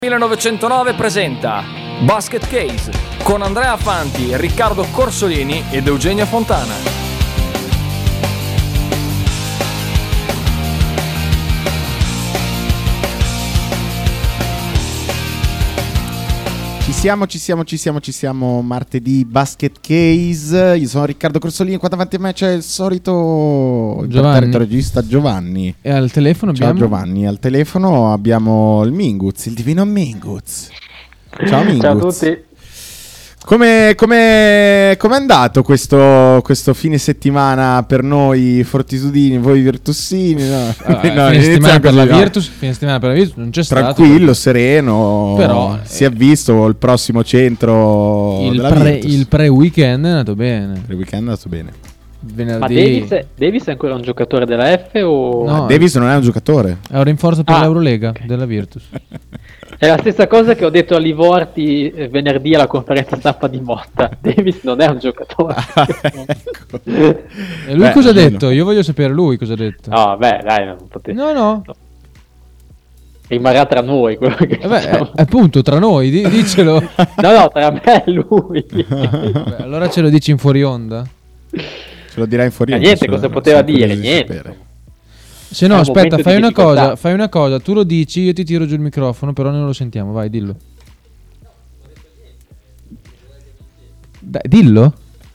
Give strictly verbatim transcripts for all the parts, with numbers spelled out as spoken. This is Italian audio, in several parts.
millenovecentonove presenta Basket Case con Andrea Fanti, Riccardo Corsolini ed Eugenio Fontana. Ci siamo, ci siamo, ci siamo, ci siamo. Martedì Basket Case. Io sono Riccardo Corsolini e qua davanti a me c'è il solito Giovanni, regista Giovanni. E al telefono Ciao abbiamo Giovanni, al telefono abbiamo il Minguz, il divino Minguz. Ciao Minguz. Ciao a tutti. Come come com'è andato questo, questo fine settimana per noi fortitudini, voi virtussini? No, allora, no, fine settimana per la così, no. Virtus, fine settimana per la Virtus non c'è stato. Tranquillo, sereno. Però si è visto il prossimo centro il, della pre, Virtus. il pre-weekend è andato bene. Il weekend è andato bene. Venerdì. Ma Davis, Davis è ancora un giocatore della F o... No. Davis non è un giocatore. È un rinforzo per Ah, l'Eurolega ok. della Virtus. È la stessa cosa che ho detto a Livorti eh, venerdì alla conferenza stampa di Motta. Davis non è un giocatore. Ah, ecco. E lui Beh, cosa ha almeno. detto? Io voglio sapere lui cosa ha detto. No, beh, dai, non potete. No, no. Rimarrà tra noi quello che Eh beh, diciamo. eh, appunto, tra noi, di- dicelo. No, no, tra me e lui. Beh, allora ce lo dici in fuori onda. Ce lo dirà in fuori. Ma onda, niente, se lo- cosa poteva sono curioso dire? di Niente. sapere. Se no, È un aspetta, momento fai di una difficoltà. cosa, fai una cosa, tu lo dici, io ti tiro giù il microfono, però non lo sentiamo, vai, dillo. Dai, dillo.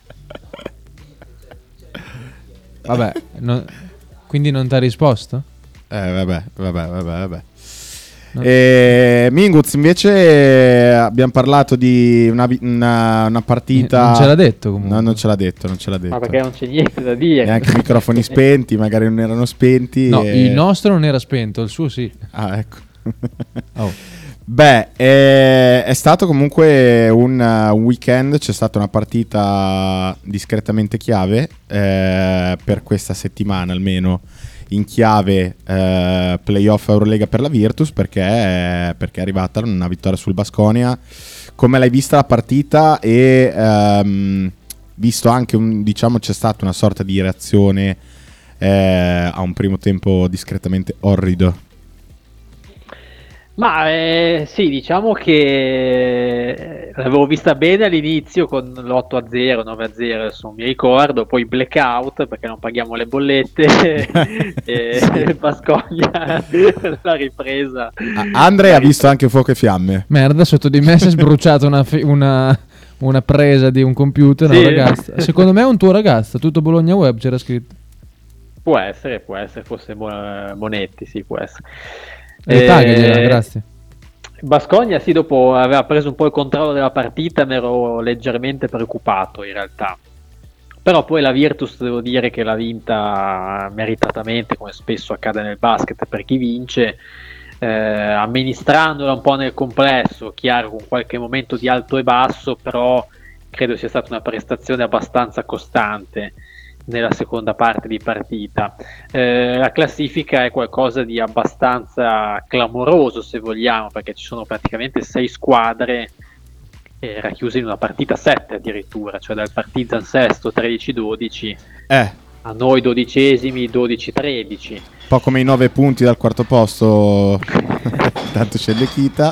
Vabbè, non- quindi non ti ha risposto? Eh, vabbè, vabbè, vabbè, vabbè. No. E Minguz, invece abbiamo parlato di una, vi- una, una partita. Eh, non ce l'ha detto comunque. No, non ce l'ha detto, non ce l'ha detto. Ma perché non c'è niente da dire. Neanche i microfoni spenti, magari non erano spenti. No, e- il nostro non era spento, il suo sì. Ah, ecco. Oh. Beh, eh, è stato comunque un, uh, un weekend, c'è stata una partita discretamente chiave eh, per questa settimana almeno, in chiave eh, playoff Eurolega per la Virtus, perché, perché è arrivata una vittoria sul Baskonia. Come l'hai vista la partita e ehm, visto anche, un, diciamo, c'è stata una sorta di reazione eh, a un primo tempo discretamente orrido? Ma eh, sì, diciamo che eh, l'avevo vista bene all'inizio con l'otto a zero, nove a zero, adesso non mi ricordo, poi blackout perché non paghiamo le bollette e Sì. Baskonia la ripresa. Ah, Andre ha visto anche fuoco e fiamme. Merda, sotto di me si è sbruciata una, fi- una, una presa di un computer, Sì. una ragazza. Secondo me è un tuo ragazzo, tutto Bologna Web c'era scritto. Può essere, può essere, forse Bo- Bonetti, sì, può essere. Ritagagliela, Eh, grazie. Baskonia sì, dopo aveva preso un po' il controllo della partita, mi ero leggermente preoccupato in realtà. Però poi la Virtus devo dire che l'ha vinta meritatamente, come spesso accade nel basket per chi vince, eh, amministrandola un po' nel complesso, chiaro con qualche momento di alto e basso, però credo sia stata una prestazione abbastanza costante nella seconda parte di partita. Eh, la classifica è qualcosa di abbastanza clamoroso, se vogliamo, perché ci sono praticamente sei squadre eh, racchiuse in una partita, sette addirittura, cioè dal Partizan sesto tredici dodici Eh, a noi dodicesimi dodici tredici. un po' come i nove punti dal quarto posto. Tanto c'è Lechita.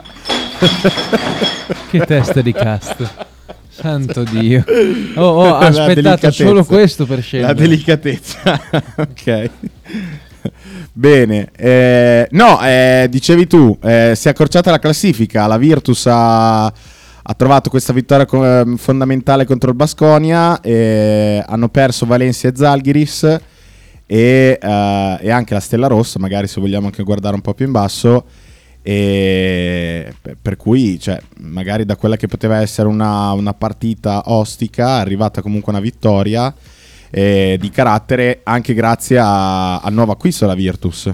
Che testa di cast. Santo Dio. Oh, oh, ha La aspettato delicatezza. solo questo per scendere. La delicatezza. Ok. Bene. Eh, no, eh, dicevi tu, eh, si è accorciata la classifica. La Virtus ha, ha trovato questa vittoria co- eh, fondamentale contro il Baskonia. Eh, hanno perso Valencia e Zalgiris. E, eh, e anche la Stella Rossa, magari se vogliamo anche guardare un po' più in basso. E per- per cui, cioè, magari da quella che poteva essere una, una partita ostica è arrivata comunque una vittoria eh, di carattere, anche grazie a- al nuovo acquisto della Virtus.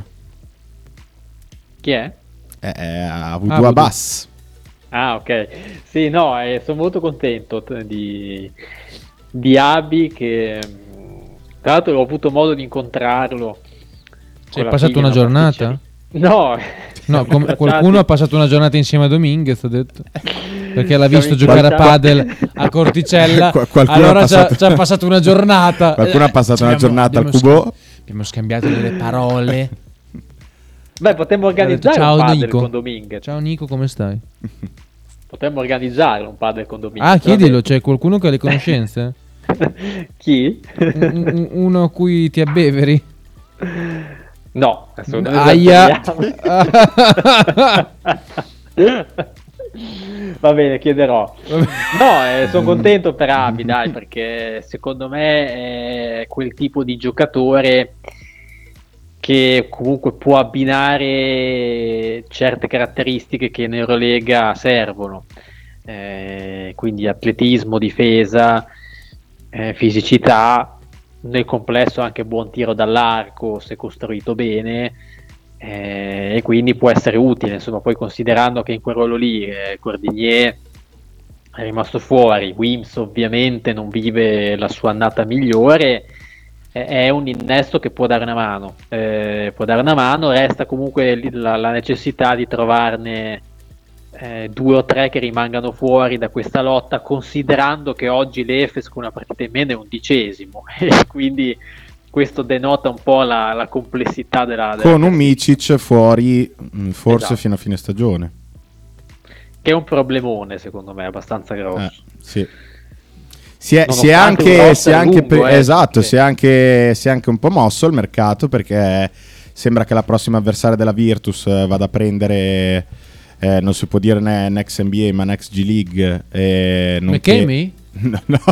Chi è? Eh, eh, ha avuto Ah, Abu Voodoo. Abbas. Ah, ok. Sì, no, eh, sono molto contento t- di, di Abi, che mh, tra l'altro ho avuto modo di incontrarlo. C'è con la passato figlia una in giornata? pasticceria. No, No, com- Siamo qualcuno ha abbracciati. passato una giornata insieme a Dominguez, ho detto. Perché l'ha Siamo visto giocare a incrociati. padel a Corticella. Qual- qualcuno allora ha ci ha passato- ci ha passato una giornata. Qualcuno ha passato una Abbiamo- giornata al abbiamo Cubo. sca- Abbiamo scambiato delle parole. Beh, potremmo organizzare Ciao, un padel Nico. con Dominguez. Ciao Nico, come stai? Potremmo organizzare un padel con Dominguez. Ah, chiedilo, c'è qualcuno che ha le conoscenze? Chi? Un- un- uno a cui ti abbeveri? No, assolutamente. Aia. Va bene, chiederò. No, eh, sono contento per Abi, dai, perché secondo me è quel tipo di giocatore che comunque può abbinare certe caratteristiche che in Eurolega servono. Eh, quindi atletismo, difesa, eh, fisicità, nel complesso anche buon tiro dall'arco se costruito bene, eh, e quindi può essere utile, insomma. Poi considerando che in quel ruolo lì eh, Cordigné è rimasto fuori, Wims ovviamente non vive la sua annata migliore, eh, è un innesto che può dare una mano, eh, può dare una mano, resta comunque lì la, la necessità di trovarne eh, due o tre che rimangano fuori da questa lotta, considerando che oggi l'Efes con una partita in meno è undicesimo e quindi questo denota un po' la, la complessità della, della Con un Micic fuori mh, forse Esatto. fino a fine stagione. che è un problemone secondo me abbastanza grosso. Eh, sì. Si è, si è Nonostante un anche, roster si è anche lungo, pe- eh, esatto, sì. si è anche, si è anche un po' mosso il mercato, perché sembra che la prossima avversaria della Virtus eh, vada a prendere, eh, non si può dire ne- next N B A ma next G League, eh, nonché, McKamey? no, no.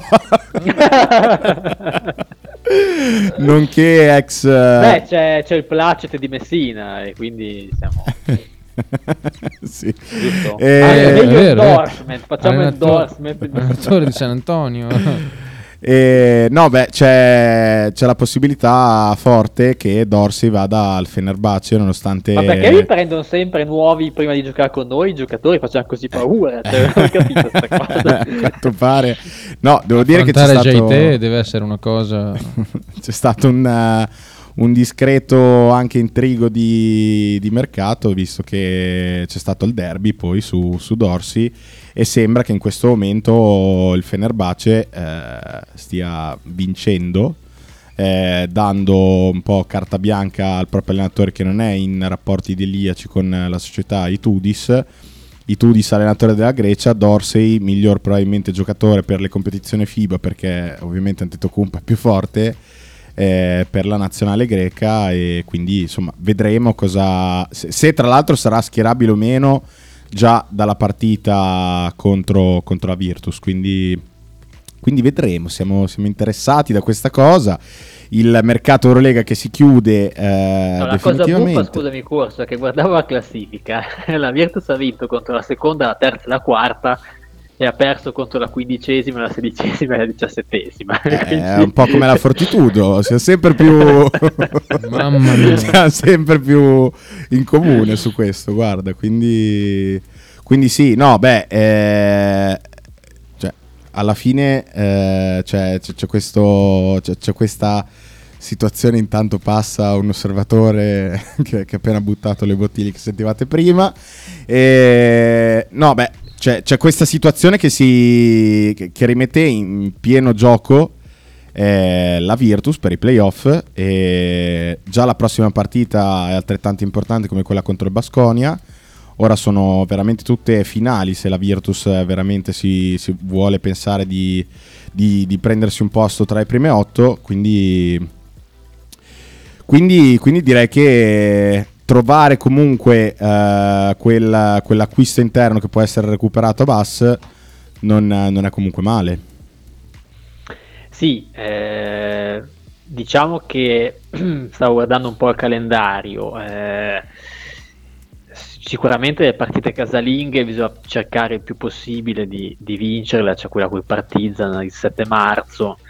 nonché ex eh, Beh, c'è, c'è il Placet di Messina e quindi siamo sì. giusto. Eh, Anche è meglio vero, endorsement, facciamo Allenatore- endorsement di- allenatore di San Antonio. Eh, no, beh, c'è, c'è la possibilità forte che Dorsey vada al Fenerbahce, nonostante Ma perché vi prendono sempre nuovi prima di giocare con noi? I giocatori facciamo così paura, cioè, non ho capito sta cosa. A quanto pare. No, devo dire che c'è Affrontare stato, J T deve essere una cosa. c'è stato un, uh, un discreto anche intrigo di, di mercato, visto che c'è stato il derby poi su, su Dorsey, e sembra che in questo momento il Fenerbahce eh, stia vincendo, eh, dando un po' carta bianca al proprio allenatore, che non è in rapporti idilliaci con la società Itudis. Itudis allenatore della Grecia, Dorsey miglior probabilmente giocatore per le competizioni FIBA, perché ovviamente Antetokounmpo è più forte, eh, per la nazionale greca, e quindi insomma vedremo cosa, se, se tra l'altro sarà schierabile o meno già dalla partita contro, contro la Virtus, quindi, quindi vedremo, siamo, siamo interessati da questa cosa. Il mercato Eurolega che si chiude eh, No, la cosa definitivamente. buffa, scusami Corso, è che guardavo la classifica, la Virtus ha vinto contro la seconda, la terza e la quarta e ha perso contro la quindicesima, la sedicesima e la diciassettesima. Eh, Quindi- è un po' come la Fortitudo, siamo sempre più Mamma mia. siamo sempre più in comune su questo, guarda, quindi quindi sì, no, beh, eh, cioè, alla fine eh, c'è, c'è, c'è questo c'è, c'è questa situazione. Intanto passa un osservatore che, che ha appena buttato le bottiglie che sentivate prima, e no, beh, c'è, c'è questa situazione che si che, che rimette in pieno gioco eh, la Virtus per i playoff, e già la prossima partita è altrettanto importante come quella contro il Baskonia. Ora sono veramente tutte finali, se la Virtus veramente si, si vuole pensare di, di, di prendersi un posto tra i prime otto, quindi, quindi, quindi direi che trovare comunque eh, quel, quell'acquisto interno che può essere recuperato a Bass non, non è comunque male. Sì, eh, diciamo che stavo guardando un po' il calendario, eh, sicuramente le partite casalinghe bisogna cercare il più possibile di, di vincerle, c'è quella col Partizan il sette marzo,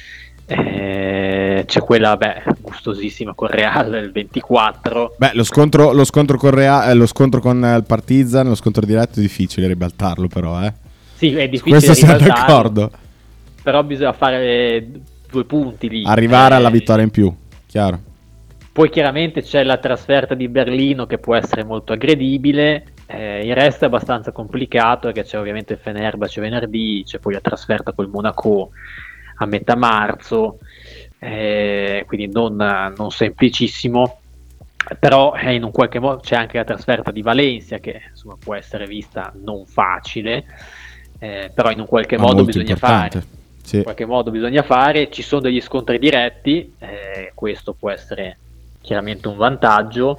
eh, c'è quella beh, gustosissima con Real il ventiquattro. Beh, lo scontro, lo scontro con Rea- eh, lo scontro con il Partizan, lo scontro diretto è difficile ribaltarlo, però eh. Sì, è difficile Questo siamo ribaltarlo, d'accordo. però bisogna fare due punti lì. Arrivare Eh, alla vittoria in più, chiaro. Poi chiaramente c'è la trasferta di Berlino che può essere molto aggredibile, eh, il resto è abbastanza complicato perché c'è ovviamente il Fenerbahce venerdì, c'è poi la trasferta col Monaco a metà marzo, eh, quindi non, non semplicissimo. però eh, in un qualche modo c'è anche la trasferta di Valencia che insomma può essere vista non facile, eh, però in un qualche Ma modo molto bisogna importante. fare. Sì. In qualche modo bisogna fare, ci sono degli scontri diretti, eh, questo può essere chiaramente un vantaggio.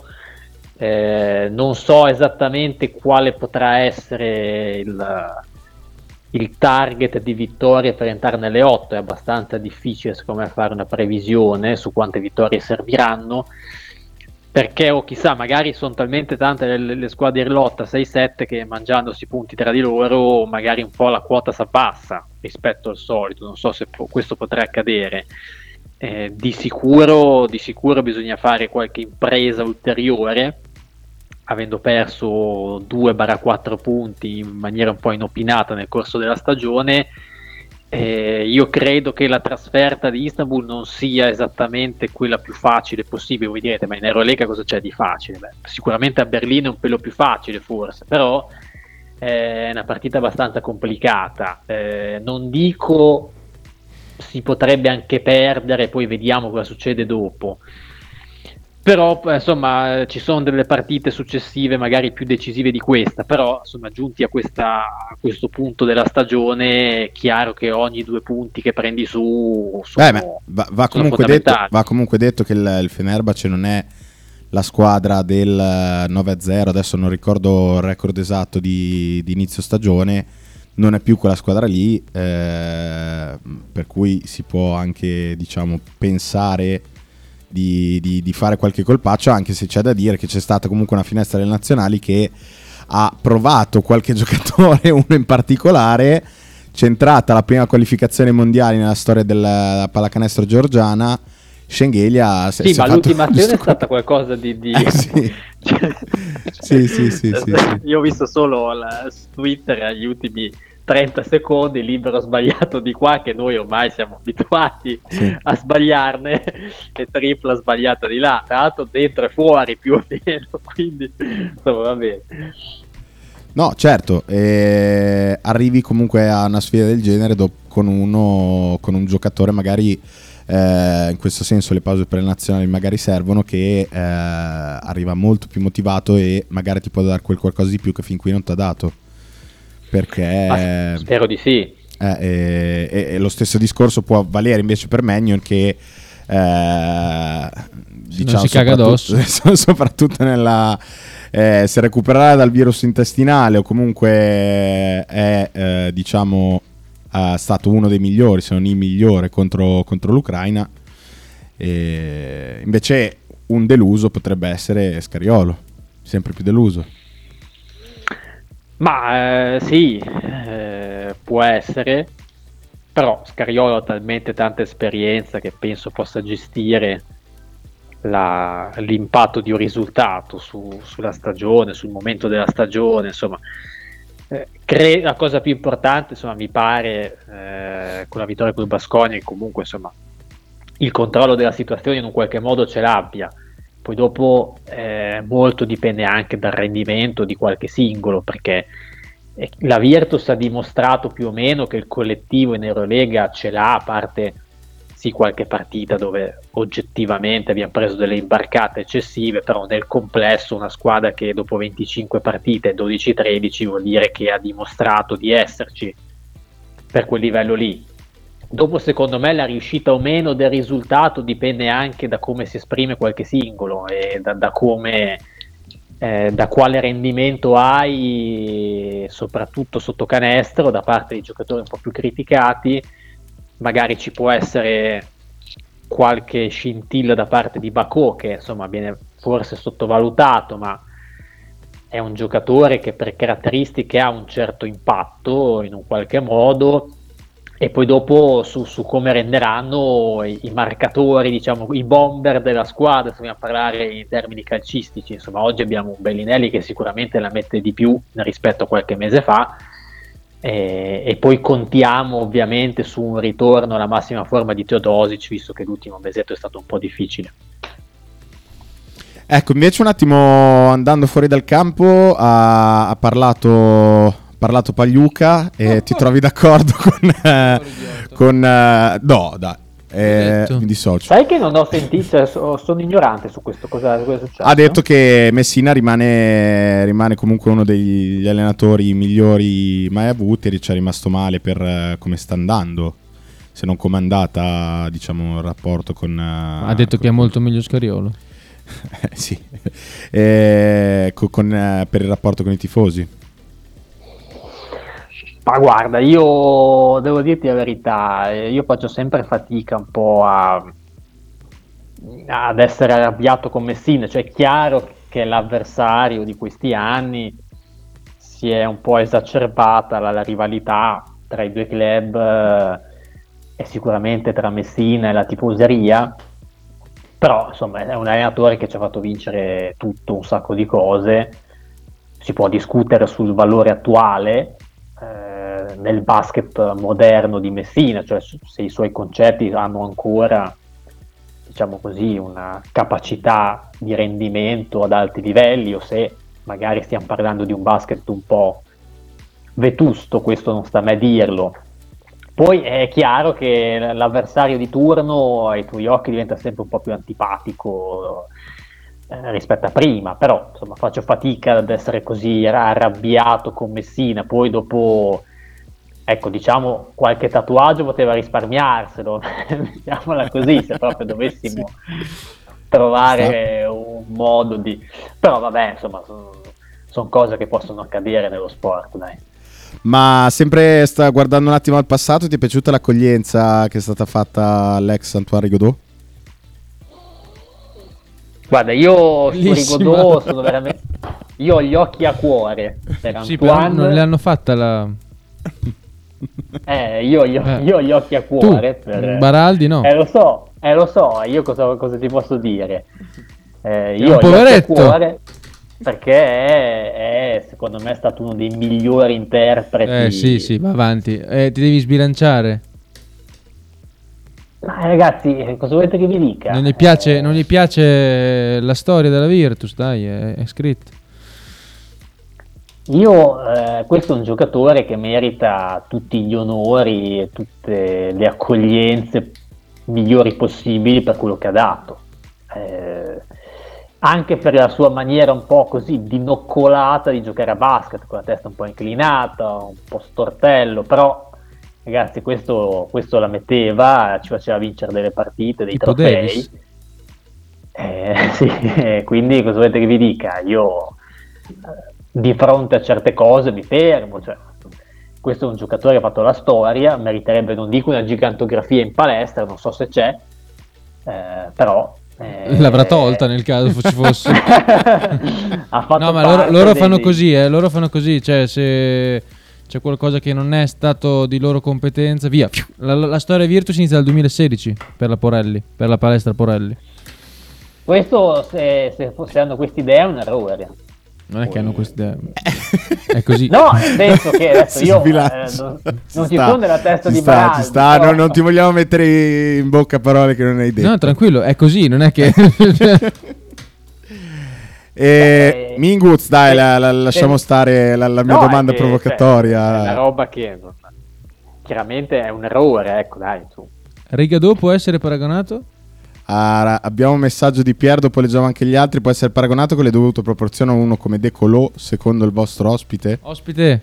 Eh, non so esattamente quale potrà essere il, il target di vittorie per entrare nelle otto, è abbastanza difficile secondo me fare una previsione su quante vittorie serviranno, perché o chissà magari sono talmente tante le, le squadre in lotta sei sette che mangiandosi punti tra di loro magari un po' la quota si abbassa rispetto al solito, non so se po- questo potrà accadere. Eh, di sicuro di sicuro bisogna fare qualche impresa ulteriore, avendo perso due quattro punti in maniera un po' inopinata nel corso della stagione. Eh, io credo che la trasferta di Istanbul non sia esattamente quella più facile possibile. Voi direte, ma in Eurolega cosa c'è di facile? Beh, sicuramente a Berlino è un pelo più facile forse, però è una partita abbastanza complicata. Eh, non dico si potrebbe anche perdere, poi vediamo cosa succede dopo. Però insomma ci sono delle partite successive magari più decisive di questa, però insomma giunti a, questa, a questo punto della stagione è chiaro che ogni due punti che prendi su sono, Beh, ma va, va, sono comunque detto, fondamentali. va comunque detto che il, il Fenerbahce non è la squadra del nove a zero, adesso non ricordo il record esatto di, di inizio stagione, non è più quella squadra lì, eh, per cui si può anche diciamo pensare Di, di, di fare qualche colpaccio, anche se c'è da dire che c'è stata comunque una finestra delle nazionali che ha provato qualche giocatore, uno in particolare, c'è entrata la prima qualificazione mondiale nella storia della pallacanestro georgiana, Schengelia. Sì, ma l'ultima azione è stata qualcosa di... di... Eh, sì. sì, sì, sì, sì, sì. Io ho visto solo la, su Twitter gli ultimi trenta secondi, libero sbagliato di qua, che noi ormai siamo abituati Sì. a sbagliarne, e tripla sbagliata di là, tra l'altro dentro e fuori più o meno, quindi insomma va bene. No, certo, eh, arrivi comunque a una sfida del genere do- con uno, con un giocatore magari, eh, in questo senso le pause per le nazionali magari servono, che eh, arriva molto più motivato e magari ti può dare quel qualcosa di più che fin qui non ti ha dato. Perché Ma spero di sì. eh, e, e, e lo stesso discorso può valere invece per Maignan, che eh, diciamo si caga addosso. soprattutto nella eh, se recupererà dal virus intestinale o comunque è eh, diciamo è stato uno dei migliori, se non il migliore contro, contro l'Ucraina. E invece un deluso potrebbe essere Scariolo, sempre più deluso. Ma eh, sì, eh, può essere, però Scariolo ha talmente tanta esperienza che penso possa gestire la, l'impatto di un risultato su, sulla stagione, sul momento della stagione, insomma. Eh, cre- la cosa più importante, insomma, mi pare, eh, con la vittoria col Baskonia, che comunque insomma il controllo della situazione in un qualche modo ce l'abbia. Poi dopo eh, molto dipende anche dal rendimento di qualche singolo, perché eh, la Virtus ha dimostrato più o meno che il collettivo in Eurolega ce l'ha, a parte sì qualche partita dove oggettivamente abbiamo preso delle imbarcate eccessive, però nel complesso una squadra che dopo venticinque partite, dodici tredici, vuol dire che ha dimostrato di esserci per quel livello lì. Dopo secondo me la riuscita o meno del risultato dipende anche da come si esprime qualche singolo e da, da come eh, da quale rendimento hai, soprattutto sotto canestro, da parte di giocatori un po' più criticati. Magari ci può essere qualche scintilla da parte di Bacò, che insomma viene forse sottovalutato, ma è un giocatore che per caratteristiche ha un certo impatto in un qualche modo. E poi dopo su, su come renderanno i, i marcatori, diciamo i bomber della squadra, se vogliamo parlare in termini calcistici. Insomma, oggi abbiamo un Bellinelli che sicuramente la mette di più rispetto a qualche mese fa, e, e poi contiamo ovviamente su un ritorno alla massima forma di Teodosic, visto che l'ultimo mesetto è stato un po' difficile. Ecco, invece un attimo andando fuori dal campo, ha, ha parlato... parlato Pagliuca e ti trovi d'accordo con, eh, con eh, no, dai, Eh, detto? mi dissocio. Sai che non ho sentito, so- sono ignorante su questo, cosa, cosa è successo? Ha detto che Messina rimane, rimane comunque uno degli allenatori migliori mai avuti e ci è rimasto male per eh, come sta andando, se non come è andata, diciamo, il rapporto con... Ha detto con, che è molto meglio Scariolo. eh, sì, eh, con, con, eh, per il rapporto con i tifosi. Ma guarda, io devo dirti la verità, eh, io faccio sempre fatica un po' a, ad essere arrabbiato con Messina, cioè è chiaro che l'avversario di questi anni si è un po' esacerbata la, la rivalità tra i due club eh, e sicuramente tra Messina e la tifoseria, però insomma è un allenatore che ci ha fatto vincere tutto, un sacco di cose, si può discutere sul valore attuale eh, nel basket moderno di Messina, cioè se i suoi concetti hanno ancora, diciamo così, una capacità di rendimento ad alti livelli o se magari stiamo parlando di un basket un po' vetusto, questo non sta a me dirlo. Poi è chiaro che l'avversario di turno ai tuoi occhi diventa sempre un po' più antipatico eh, rispetto a prima, però insomma faccio fatica ad essere così arrabbiato con Messina. Poi dopo, ecco, diciamo, qualche tatuaggio poteva risparmiarselo, mettiamola così, se proprio dovessimo trovare un modo di... Però vabbè, insomma, sono son cose che possono accadere nello sport, dai. Ma sempre sta guardando un attimo al passato, ti è piaciuta l'accoglienza che è stata fatta all'ex Antoine Rigaudot? Guarda, io su Bellissima. Rigaudot sono veramente... Io ho gli occhi a cuore per Sì, però Antoine. non le hanno fatta la... Eh, io, io, Eh. io ho gli occhi a Tu, cuore per... Baraldi no. Eh, lo so, eh, lo so, io cosa, cosa ti posso dire? Eh, È io un ho gli occhi a poveretto. cuore perché è, è, secondo me, stato uno dei migliori interpreti. Eh sì, sì, va avanti. Eh, ti devi sbilanciare. Ma ragazzi, cosa volete che vi dica? Non gli piace, Eh, non gli piace la storia della Virtus, dai, è, è scritto. Io, eh, questo è un giocatore che merita tutti gli onori e tutte le accoglienze migliori possibili per quello che ha dato. Eh, anche per la sua maniera un po' così dinoccolata di giocare a basket, con la testa un po' inclinata, un po' stortello, però ragazzi questo, questo la metteva, ci faceva vincere delle partite, dei Tipo trofei. Davis. Eh, sì, quindi cosa volete che vi dica? Io eh, di fronte a certe cose mi fermo, cioè, questo è un giocatore che ha fatto la storia, meriterebbe, non dico una gigantografia in palestra, non so se c'è, eh, però eh, L'avrà tolta nel caso ci fosse. ha fatto No, ma loro, parte loro dei- fanno così, eh, loro fanno così, cioè se c'è qualcosa che non è stato di loro competenza, via. La, la- la storia Virtus inizia dal duemilasedici per la Porelli, per la palestra Porelli. Questo, se, se, se hanno quest'idea, è un errore. Non è che hanno questa idea. È così. No, nel senso che adesso Si io sbilancia. eh, non, Ci non ci sta, sono nella testa ci di sta, Baraldi, ci sta, però- non, non ti vogliamo mettere in bocca parole che non hai detto. No, tranquillo, è così, non è che... E Beh, Minguz, dai, eh, la- la- lasciamo eh, stare la, la mia no, è domanda che, provocatoria. cioè, è una roba che non- chiaramente è un errore, ecco, dai, su. Rigaudot può essere paragonato? Ah, ra- abbiamo un messaggio di Pier, dopo leggiamo anche gli altri. Può essere paragonato con le dovute proporzioni a uno come De Colò, secondo il vostro ospite? Ospite.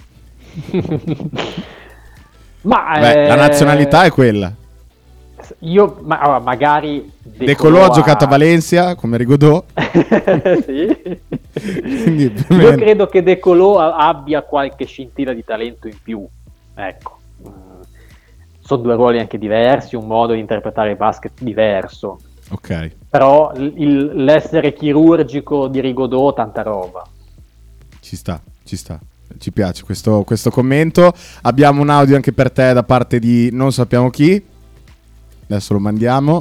Ma Beh, eh, la nazionalità è quella. io ma, allora, magari De Colò ha giocato a Valencia come Rigaudot. Sì. Quindi, più o Io meno. credo che De Colò a- abbia qualche scintilla di talento in più, ecco. Mm, sono due ruoli anche diversi, un modo di interpretare il basket diverso, Ok. però il- il- l'essere chirurgico di Rigaudot, tanta roba. Ci sta, ci sta. Ci piace questo, questo commento. Abbiamo un audio anche per te da parte di non sappiamo chi. Adesso lo mandiamo.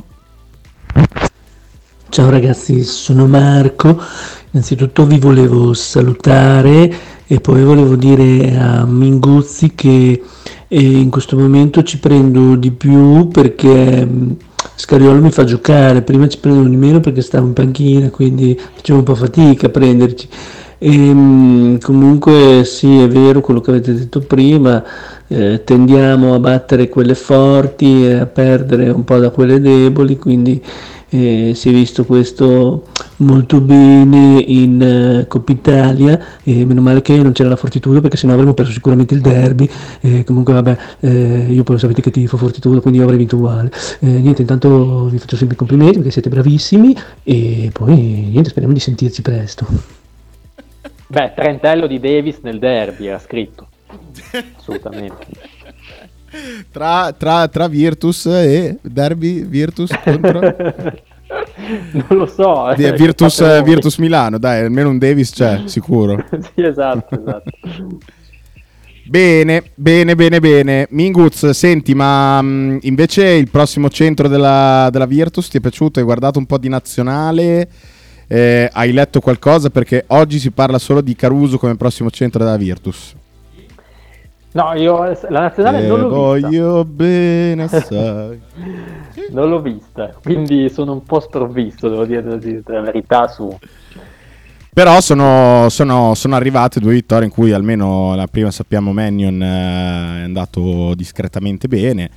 Ciao ragazzi, sono Marco. Innanzitutto vi volevo salutare e poi volevo dire a Minguzzi che eh, in questo momento ci prendo di più perché mh, Scariolo mi fa giocare. Prima ci prendevano di meno perché stavo in panchina, quindi facevo un po' fatica a prenderci. E, mh, comunque sì, è vero quello che avete detto prima, eh, tendiamo a battere quelle forti e a perdere un po' da quelle deboli, quindi eh, si è visto questo molto bene in eh, Coppa Italia, e meno male che non c'era la Fortitudo, perché sennò avremmo perso sicuramente il derby. E comunque vabbè, eh, io poi sapete che tifo Fortitudo, quindi io avrei vinto uguale. Eh, niente, intanto vi faccio sempre i complimenti perché siete bravissimi, e poi niente, speriamo di sentirci presto. Beh, trentello di Davis nel derby era scritto. Assolutamente. Tra, tra, tra Virtus e Derby Virtus contro Non lo so. Di- eh, Virtus, fate voi. Virtus Milano, dai, almeno un Davis c'è, sicuro. Sì, esatto, esatto. Bene, bene, bene, bene. Minguz, senti, ma mh, invece il prossimo centro della, della Virtus ti è piaciuto? Hai guardato un po' di nazionale? Eh, hai letto qualcosa? Perché oggi si parla solo di Caruso come prossimo centro della Virtus. No, io la nazionale Eh, non l'ho voglio vista. bene assai. Non l'ho vista, quindi sono un po' sprovvisto, devo dire, devo dire la verità su. Però sono, sono, sono arrivate due vittorie in cui almeno la prima sappiamo Mannion eh, è andato discretamente bene,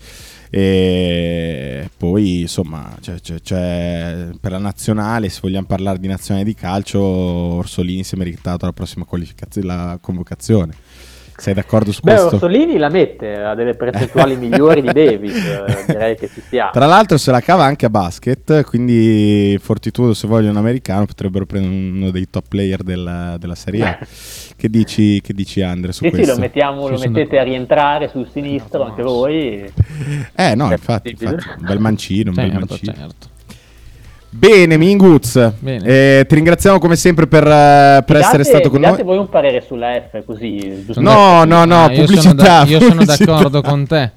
e poi insomma c'è, c'è, c'è, per la nazionale, se vogliamo parlare di nazionale di calcio, Orsolini si è meritato la prossima qualificazione, la convocazione. Sei d'accordo su Beh, questo? Orsolini la mette, ha delle percentuali migliori di Davis, eh, direi che ci sia. Tra l'altro se la cava anche a basket, quindi Fortitudo, se vogliono un americano, potrebbero prendere uno dei top player della, della Serie A. Che dici, che dici Andre su Sì, questo? sì, lo, mettiamo, lo Sì, sono mettete a rientrare sul sinistro anche voi. Eh no, È infatti, possibile. infatti, un bel mancino, un bel Certo, mancino. certo. Bene, Minguz, Bene. eh, ti ringraziamo come sempre per, eh, per Mi essere date- stato con mi date noi. voi un parere sulla F, così giusto? No, no, no, Ah, io sono pubblicità. da- io sono pubblicità. d'accordo con te.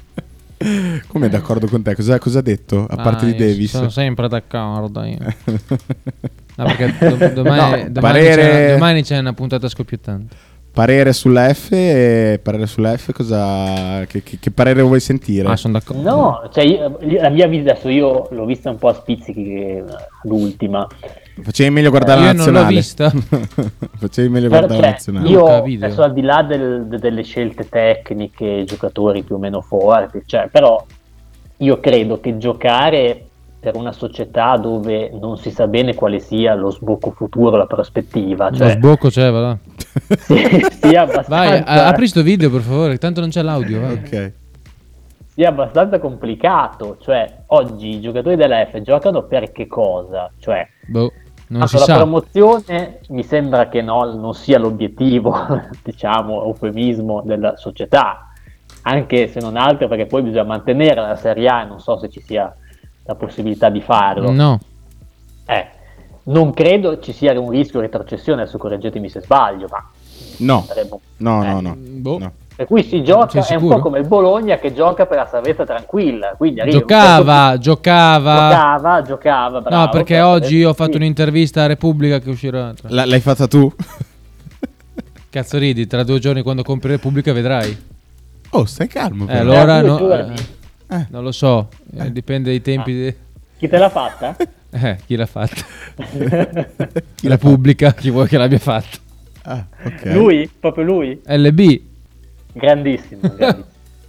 Come d'accordo con te? Cosa, cosa ha detto? A parte Ah, di io Davis? sono sempre d'accordo io. No, perché do- domani, No, domani, parere- c'è, domani c'è una puntata scoppiettante. Parere sulla F, e parere sulla F, cosa, che, che- che parere vuoi sentire? Ah, sono d'accordo. No, cioè io- la mia vita, adesso io l'ho vista un po' a spizzichi che- l'ultima. Facevi meglio guardare Io la non l'ho nazionale. vista. Facevi meglio Per- guardare la cioè, nazionale. io Luca, video. adesso al di là del- de- delle scelte tecniche, giocatori più o meno forti, cioè, però io credo che giocare per una società dove non si sa bene quale sia lo sbocco futuro, la prospettiva, Lo cioè sbocco c'è, va là. sì, sia abbastanza, Vai, a- apri sto video per favore, tanto non c'è l'audio. Vai. Ok. sia abbastanza complicato, cioè oggi i giocatori della F giocano per che cosa? Cioè Boh, non tanto si la sa. promozione mi sembra che no, non sia l'obiettivo, diciamo, eufemismo della società, anche se non altro perché poi bisogna mantenere la Serie A e non so se ci sia la possibilità di farlo. No, Eh, non credo ci sia un rischio di retrocessione, adesso correggetemi se sbaglio, ma No, sarebbe- no, eh, no, no. boh. no. per cui si gioca, Sei è un sicuro? po' come il Bologna che gioca per la salvezza tranquilla, quindi arriva un Giocava, certo- giocava. giocava, giocava, bravo, No, perché per la oggi io ho salvezza, fatto sì. un'intervista a Repubblica che uscirà. tra- L- l'hai fatta tu? Cazzo ridi, tra due giorni quando compri Repubblica vedrai. Oh, stai calmo. Eh, però. allora due no, giorni. eh, Eh. non lo so, eh, dipende dai tempi. Ah. di- Chi te l'ha fatta? Eh, chi l'ha fatta? Chi l'ha Repubblica, chi vuoi che l'abbia fatto? Ah, ok. Lui? Proprio lui? L B. Grandissimo, grandissimo.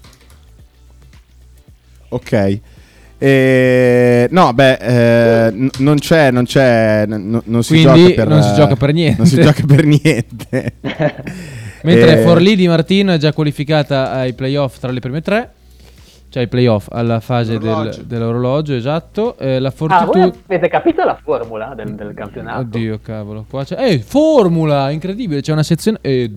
Ok. Eh, no, beh, eh, n- non c'è, non c'è, n- non si Quindi gioca per non si gioca per niente. Non si gioca per niente. Mentre Eh, Forlì di Martino è già qualificata ai playoff tra le prime tre, cioè ai playoff alla fase del- L'orologio. dell'orologio, esatto. Eh, la Ah, voi Fortitudo. avete capito la formula del, del campionato? Oddio, cavolo. Qua c'è. Eh, formula! Incredibile, c'è una sezione. Eh,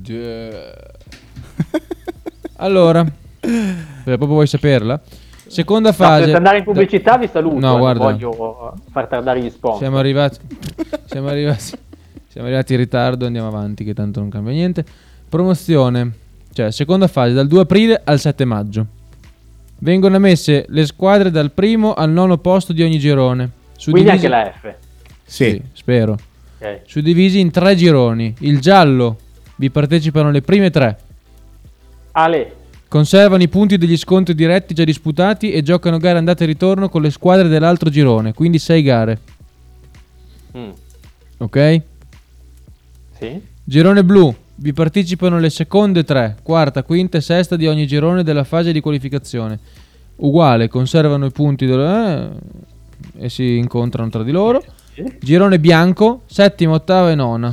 allora, eh, proprio vuoi saperla? Seconda No, fase. per andare in pubblicità vi saluto, No, eh, non guarda. voglio far tardare gli sponsor. Siamo arrivati. Siamo arrivati. Siamo arrivati in ritardo, andiamo avanti, che tanto non cambia niente. Promozione, cioè seconda fase dal due aprile al sette maggio. Vengono messe le squadre dal primo al nono posto di ogni girone. Quindi Suddivisi- anche la F. Sì. spero. Ok. Suddivisi in tre gironi. Il giallo vi partecipano le prime tre. Ale, Conservano i punti degli scontri diretti già disputati e giocano gare andata e ritorno con le squadre dell'altro girone, quindi sei gare. mm, Ok? sì. Sì. Girone blu. Vi partecipano le seconde tre, quarta, quinta e sesta di ogni girone della fase di qualificazione. Uguale, conservano i punti delle, eh, e si incontrano tra di loro. Sì. Girone bianco, settima, ottava e nona.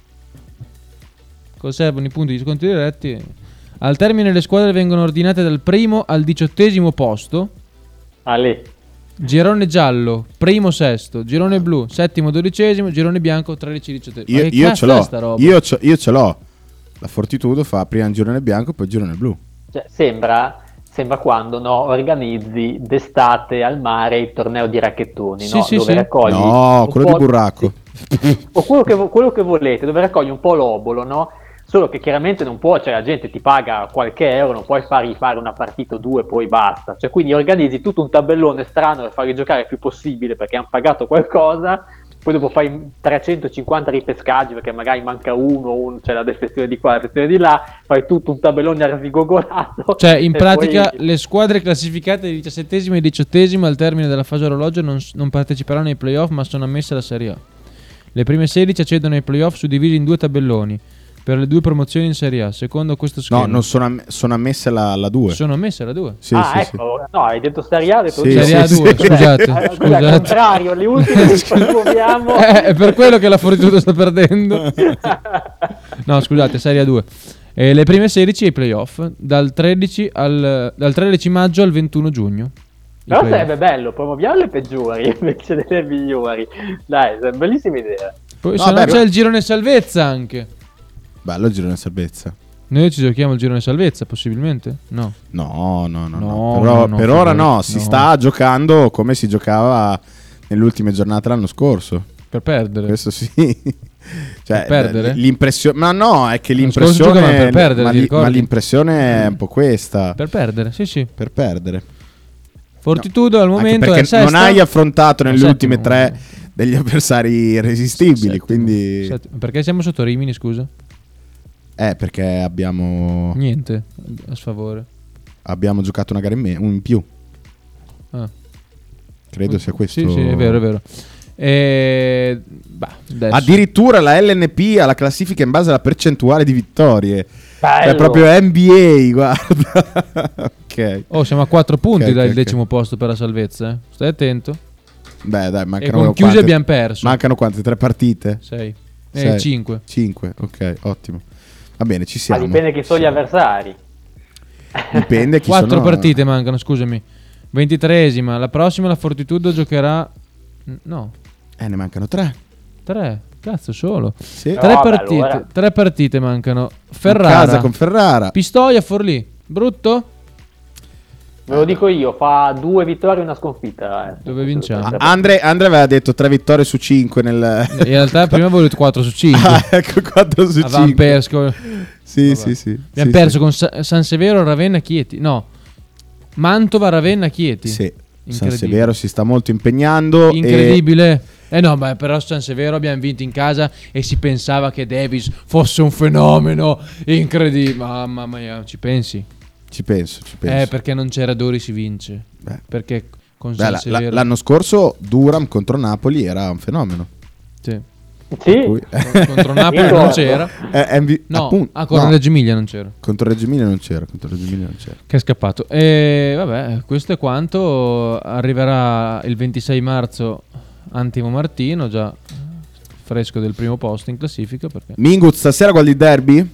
Conservano i punti di scontri diretti. Al termine le squadre vengono ordinate dal primo al diciottesimo posto. Ale. Girone giallo, primo, sesto. Girone blu, settimo, dodicesimo. Girone bianco, tredici, diciottesimo. Io, io ce l'ho. Io, ce, io ce l'ho. La Fortitudo fa prima il girone bianco, poi il girone blu. Cioè, sembra, sembra quando no, organizzi d'estate al mare il torneo di racchettoni, Sì, no? sì, dove sì. raccogli No, un quello po'- di burraco. sì. O quello che, vo- quello che volete, dove raccogli un po' l'obolo, no? Solo che chiaramente non può, cioè la gente ti paga qualche euro, non puoi fargli fare una partita o due e poi basta. Cioè, quindi organizzi tutto un tabellone strano per farli giocare il più possibile perché hanno pagato qualcosa. Poi dopo fai trecentocinquanta ripescaggi perché magari manca uno, un, c'è la defezione di qua, la defezione di là, fai tutto un tabellone arzigogolato. Cioè, in e pratica, poi- le squadre classificate di diciassettesimo e diciottesimo al termine della fase orologio non, s- non parteciperanno ai playoff, ma sono ammesse alla Serie A. Le prime sedici accedono ai playoff suddivisi in due tabelloni per le due promozioni in Serie A. Secondo questo schema, No, non sono, amm- sono ammesse la, la due. sono ammesse alla due. Sì, ah, sì, sì. ecco, no, hai detto Serie A, hai detto Sì, due. Serie A sì, due, sì. scusate. Eh, scusa, al scusate. contrario, le ultime che promuoviamo. Eh, è per quello che la Fortitudo sta perdendo. No, scusate, Serie A due. E le prime sedici ai playoff dal tredici, al, dal tredici maggio al ventuno giugno. I Però playoff. sarebbe bello promuoviamo le peggiori invece delle migliori. Dai, è una bellissima idea. Poi No, se no beh, c'è il girone salvezza anche. Bello il girone salvezza. Noi ci giochiamo il girone salvezza, possibilmente? No. No, no, no, no. No, Però- no, no, per ora figurati, no, si no. sta giocando come si giocava nelle ultime giornate l'anno scorso. Per perdere. Questo sì. Cioè, Per perdere? l'impressione, ma no, è che L'anno scorso l'impressione giocavano per perdere, ma, ti li- ricordi? ma l'impressione è un po' questa, per, Per perdere, sì sì. perdere. Fortitudo al Anche momento è perché sesta. non hai affrontato nelle Settimo. ultime tre degli avversari irresistibili, Settimo. quindi Settimo. Perché siamo sotto Rimini, scusa? eh, perché abbiamo Niente, a sfavore. abbiamo giocato una gara in, me- un in più. Ah. Credo sia questo. Sì, sì, è vero, è vero. E... bah, adesso. Addirittura la L N P ha la classifica in base alla percentuale di vittorie. Bello. È proprio N B A, guarda. Ok. Oh, siamo a quattro punti Ok, dal ok, decimo posto per la salvezza, eh. Stai attento. Beh, dai, E mancano con chiuse quante- abbiamo perso. Mancano quante? Tre partite? sei. Sei. Eh, cinque. Cinque, ok, ottimo. Va bene, ci Ma siamo. dipende chi sono gli avversari. Dipende chi Quattro sono... partite mancano, scusami. ventitreesima, la prossima la Fortitudo giocherà... No, Eh, ne mancano tre. tre. Cazzo, solo. Sì. No, Tre vabbè, partite, allora. tre partite mancano. In Ferrara, casa con Ferrara. Pistoia, Forlì. Brutto? Ve lo dico io, fa due vittorie e una sconfitta. eh. Dove vinciamo? Ah, Andre, Andre aveva detto tre vittorie su cinque nel... In realtà prima avevo detto quattro su cinque. Ah, ecco, quattro su Avevamo cinque. perso. Sì, Vabbè. sì, sì. Abbiamo Sì, perso sì. con Sa- San Severo, Ravenna, Chieti. No, Mantova, Ravenna, Chieti. Sì, San Incredibile. Severo si sta molto impegnando. e- Incredibile. Eh no, ma però San Severo abbiamo vinto in casa e si pensava che Davis fosse un fenomeno incredibile. Mamma mia, ci pensi? Ci penso, ci penso. Eh, perché non c'era Dori si vince. Beh. Perché con Beh, San la- la- Severo... l'anno scorso Durham contro Napoli era un fenomeno. Sì. Sì, Cui- Contro Napoli non Ricordo. c'era. Eh, M V No, appunto, ah, con no, Reggio Emilia non c'era. contro Reggio Emilia non c'era, contro Reggio Emilia non c'era. Che è scappato. E vabbè, questo è quanto. Arriverà il ventisei marzo Antimo Martino, già fresco del primo posto in classifica. Perché Mingus, stasera guardi il derby?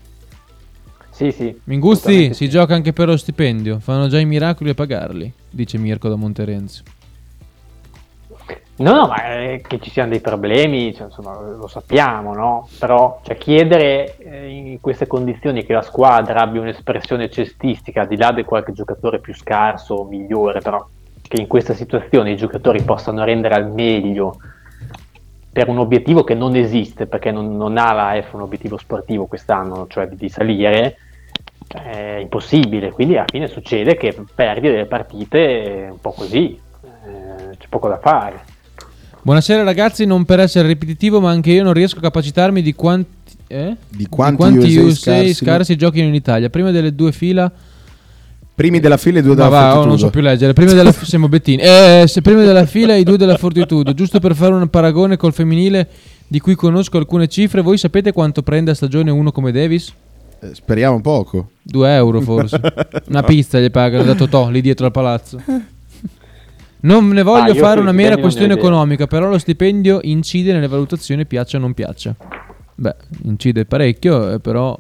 sì, sì. Mingusti assolutamente si sì. gioca anche per lo stipendio. Fanno già i miracoli a pagarli, dice Mirko da Monterenzi. No, no, ma eh, che ci siano dei problemi, cioè, insomma, lo sappiamo, no? Però cioè, chiedere eh, in queste condizioni che la squadra abbia un'espressione cestistica, al di là di qualche giocatore più scarso o migliore, però che in questa situazione i giocatori possano rendere al meglio per un obiettivo che non esiste, perché non, non ha la F un obiettivo sportivo quest'anno, cioè di, di salire, è impossibile. Quindi alla fine succede che perdi delle partite un po' così, eh, c'è poco da fare. Buonasera ragazzi, non per essere ripetitivo, ma anche io non riesco a capacitarmi di quanti, eh? Di quanti U S A U S A scarsi, scarsi giochino in Italia. Prima delle due fila... Primi della fila e due Ma della va, oh, Fortitudo. non so più leggere. Prima della siamo Bettini. Eh, se prima della fila i due della Fortitudo, giusto per fare un paragone col femminile di cui conosco alcune cifre. Voi sapete quanto prende a stagione uno come Davis? Eh, speriamo poco. Due euro forse. Una No. pizza gli pagano da Totò lì dietro al palazzo. Non ne voglio Ah, io fare sui una mera stipendi non ne ho questione idea. economica, però lo stipendio incide nelle valutazioni, piaccia o non piaccia. Beh, incide parecchio, eh, però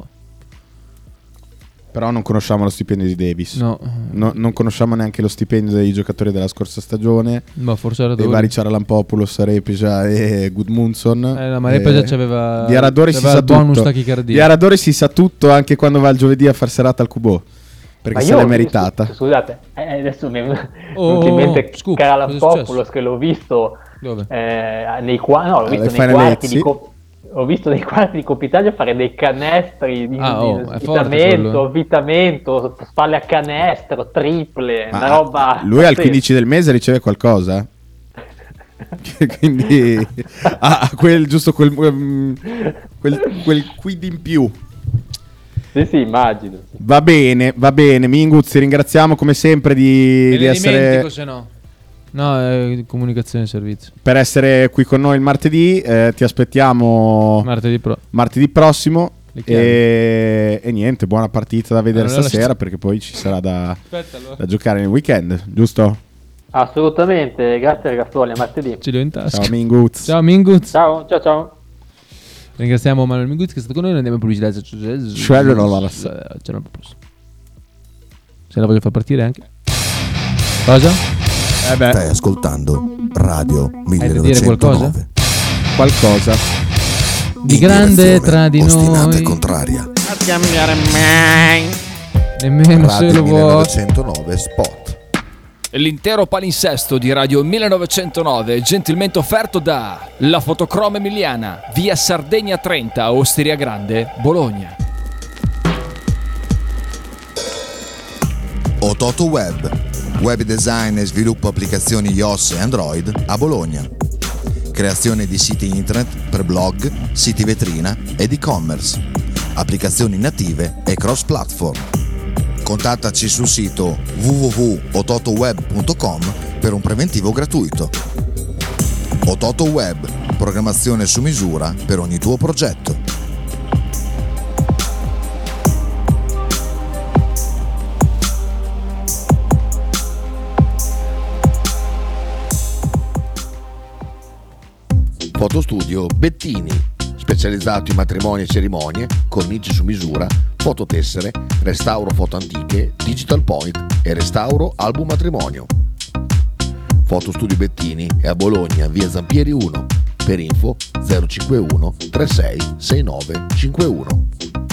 Però non conosciamo lo stipendio di Davis. no. No, non conosciamo neanche lo stipendio dei giocatori della scorsa stagione. Ma forse era Dei vari Ciaralampopoulos, Repeja e Gudmundsson. Eh, no, ma Repeja c'aveva Di Aradori si c'aveva sa il bonus tutto. tachicardia. Di Aradori si sa tutto anche quando va il giovedì a far serata al Cubo. Perché Ma se io l'è ho meritata. visto- scusate, eh, adesso mi è venuto Oh, in mente scoop, cosa è Ciaralampopoulos, successo? che l'ho visto Dove? eh, nei, qua- no, l'ho Alle visto nei Final quarti Eight, di sì. co- ho visto nei quarti di Coppa Italia fare dei canestri di, Ah, oh, di è forte svitamento, quello, eh. avvitamento, spalle a canestro, triple, Ma una roba. lui al pazzesca. quindici del mese riceve qualcosa? Quindi ha quel giusto quel, um, quel, quel quid in più. Sì, sì, immagino. Va bene, va bene. Minguz, ti ringraziamo come sempre di, Me di ne essere, dimentico se no. No, è comunicazione e servizio. per essere qui con noi il martedì. Eh, ti aspettiamo Martedì pro. martedì prossimo. Le chiavi. E, e niente, buona partita da vedere Allora, la stasera st- perché poi ci sarà da, Aspetta allora. da giocare nel weekend, giusto? Assolutamente, grazie ragazzuoli, a martedì. Ce li ho in tasca. Ciao Minguz. Ciao Minguz. Ciao, ciao, ciao. Ringraziamo Manuel Minguz che è stato con noi. Noi andiamo in pubblicità. Cioè, non la- C'è una proposta. Se la voglio far partire anche. Cosa? Eh beh, Stai ascoltando Radio Hai da dire qualcosa? millenovecentonove. qualcosa. Di In grande direzione tra di ostinata e noi. contraria. A cambiare mai. Nemmeno se Radio lo vuoi. millenovecentonove Spot. L'intero palinsesto di Radio millenovecentonove è gentilmente offerto da La Fotocroma Emiliana, via Sardegna trenta, Osteria Grande, Bologna. Ototo Web. Web design e sviluppo applicazioni iOS e Android a Bologna. Creazione di siti internet per blog, siti vetrina ed e-commerce. Applicazioni native e cross-platform. Contattaci sul sito w w w punto ototoweb punto com per un preventivo gratuito. Ototo Web, programmazione su misura per ogni tuo progetto. Fotostudio Bettini, specializzato in matrimoni e cerimonie, cornici su misura, fototessere, restauro foto antiche, digital point e restauro album matrimonio. Fotostudio Bettini è a Bologna, via Zampieri uno, per info zero cinquantuno trentasei sessantanove cinquantuno.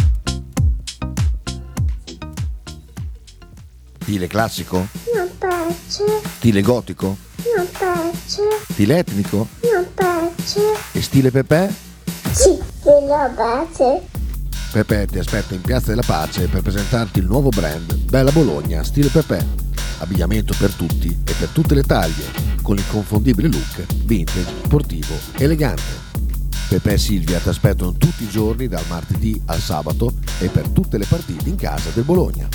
Stile classico? Non piace, Stile gotico? non piace, Stile etnico? non piace. E stile Pepe? Sì, voglio baci. Pepe ti aspetta in Piazza della Pace per presentarti il nuovo brand Bella Bologna Stile Pepe. Abbigliamento per tutti e per tutte le taglie, con l'inconfondibile look vintage, sportivo, elegante. Pepe e Silvia ti aspettano tutti i giorni dal martedì al sabato e per tutte le partite in casa del Bologna.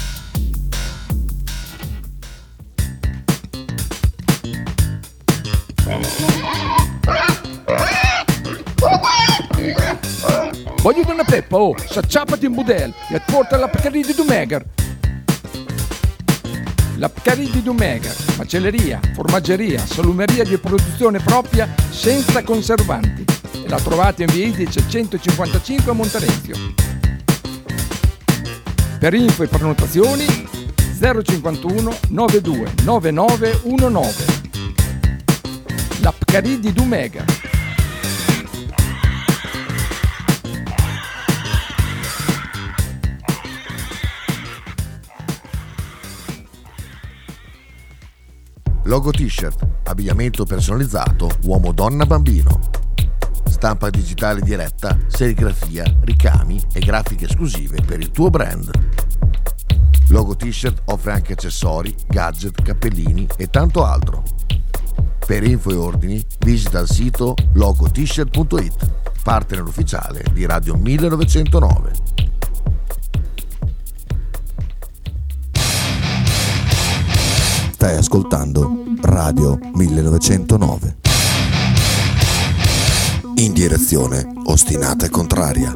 Voglio una peppa, oh, s'acciappati in budel e porta la Pcaridi di Dumegar. La Pcaridi di Dumegar, macelleria, formaggeria, salumeria di produzione propria senza conservanti. E la trovate in via Idice centocinquantacinque a Monterezio. Per info e prenotazioni zero cinquantuno novantadue novantanove diciannove. La Pcaridi di Dumegar. Logo t-shirt, abbigliamento personalizzato uomo, donna, bambino. Stampa digitale diretta, serigrafia, ricami e grafiche esclusive per il tuo brand. Logo t-shirt offre anche accessori, gadget, cappellini e tanto altro. Per info e ordini visita il sito logo t shirt punto it, partner ufficiale di Radio millenovecentonove. Stai ascoltando Radio millenovecentonove. in direzione ostinata e contraria.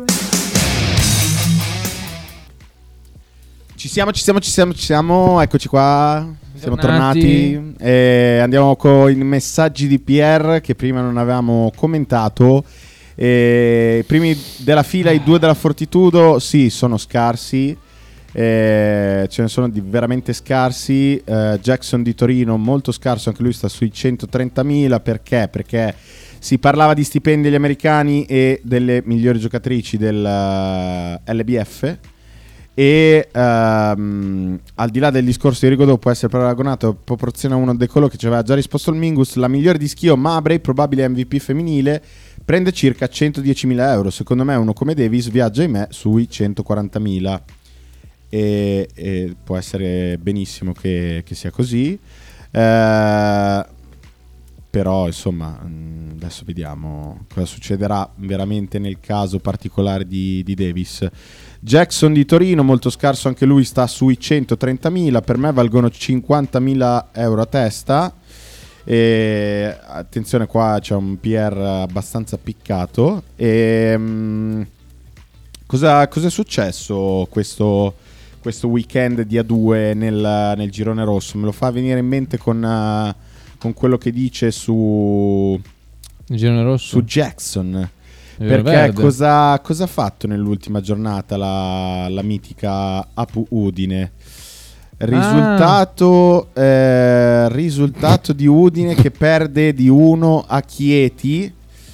Ci siamo, ci siamo, ci siamo, ci siamo, eccoci qua, siamo Tornati. tornati e andiamo con i messaggi di Pierre che prima non avevamo commentato. E i primi della fila, i due della Fortitudo, sì, sono scarsi, eh, ce ne sono di veramente scarsi. eh, Jackson di Torino molto scarso, anche lui sta sui centotrentamila. Perché? Perché si parlava di stipendi agli americani e delle migliori giocatrici del uh, L B F. E um, al di là del discorso di Rigodò, può essere paragonato proporzione a uno di coloro che ci aveva già risposto il Mingus. La migliore di schio Mabrey, probabile M V P femminile, prende circa centodiecimila euro. Secondo me uno come Davis viaggia in me sui centoquarantamila e, e può essere benissimo che, che sia così. eh, Però insomma adesso vediamo cosa succederà veramente nel caso particolare di, di Davis. Jackson di Torino molto scarso, anche lui sta sui centotrentamila. Per me valgono cinquantamila euro a testa. E attenzione, qua c'è un P R abbastanza piccato. E um, cosa, cosa è successo questo, questo weekend di A due nel, nel girone rosso? Me lo fa venire in mente con... Uh, con quello che dice su Il girone rosso su Jackson, Il perché cosa, cosa ha fatto nell'ultima giornata la, la mitica Apu Udine? Risultato, ah. eh, risultato di Udine che perde di uno a Chieti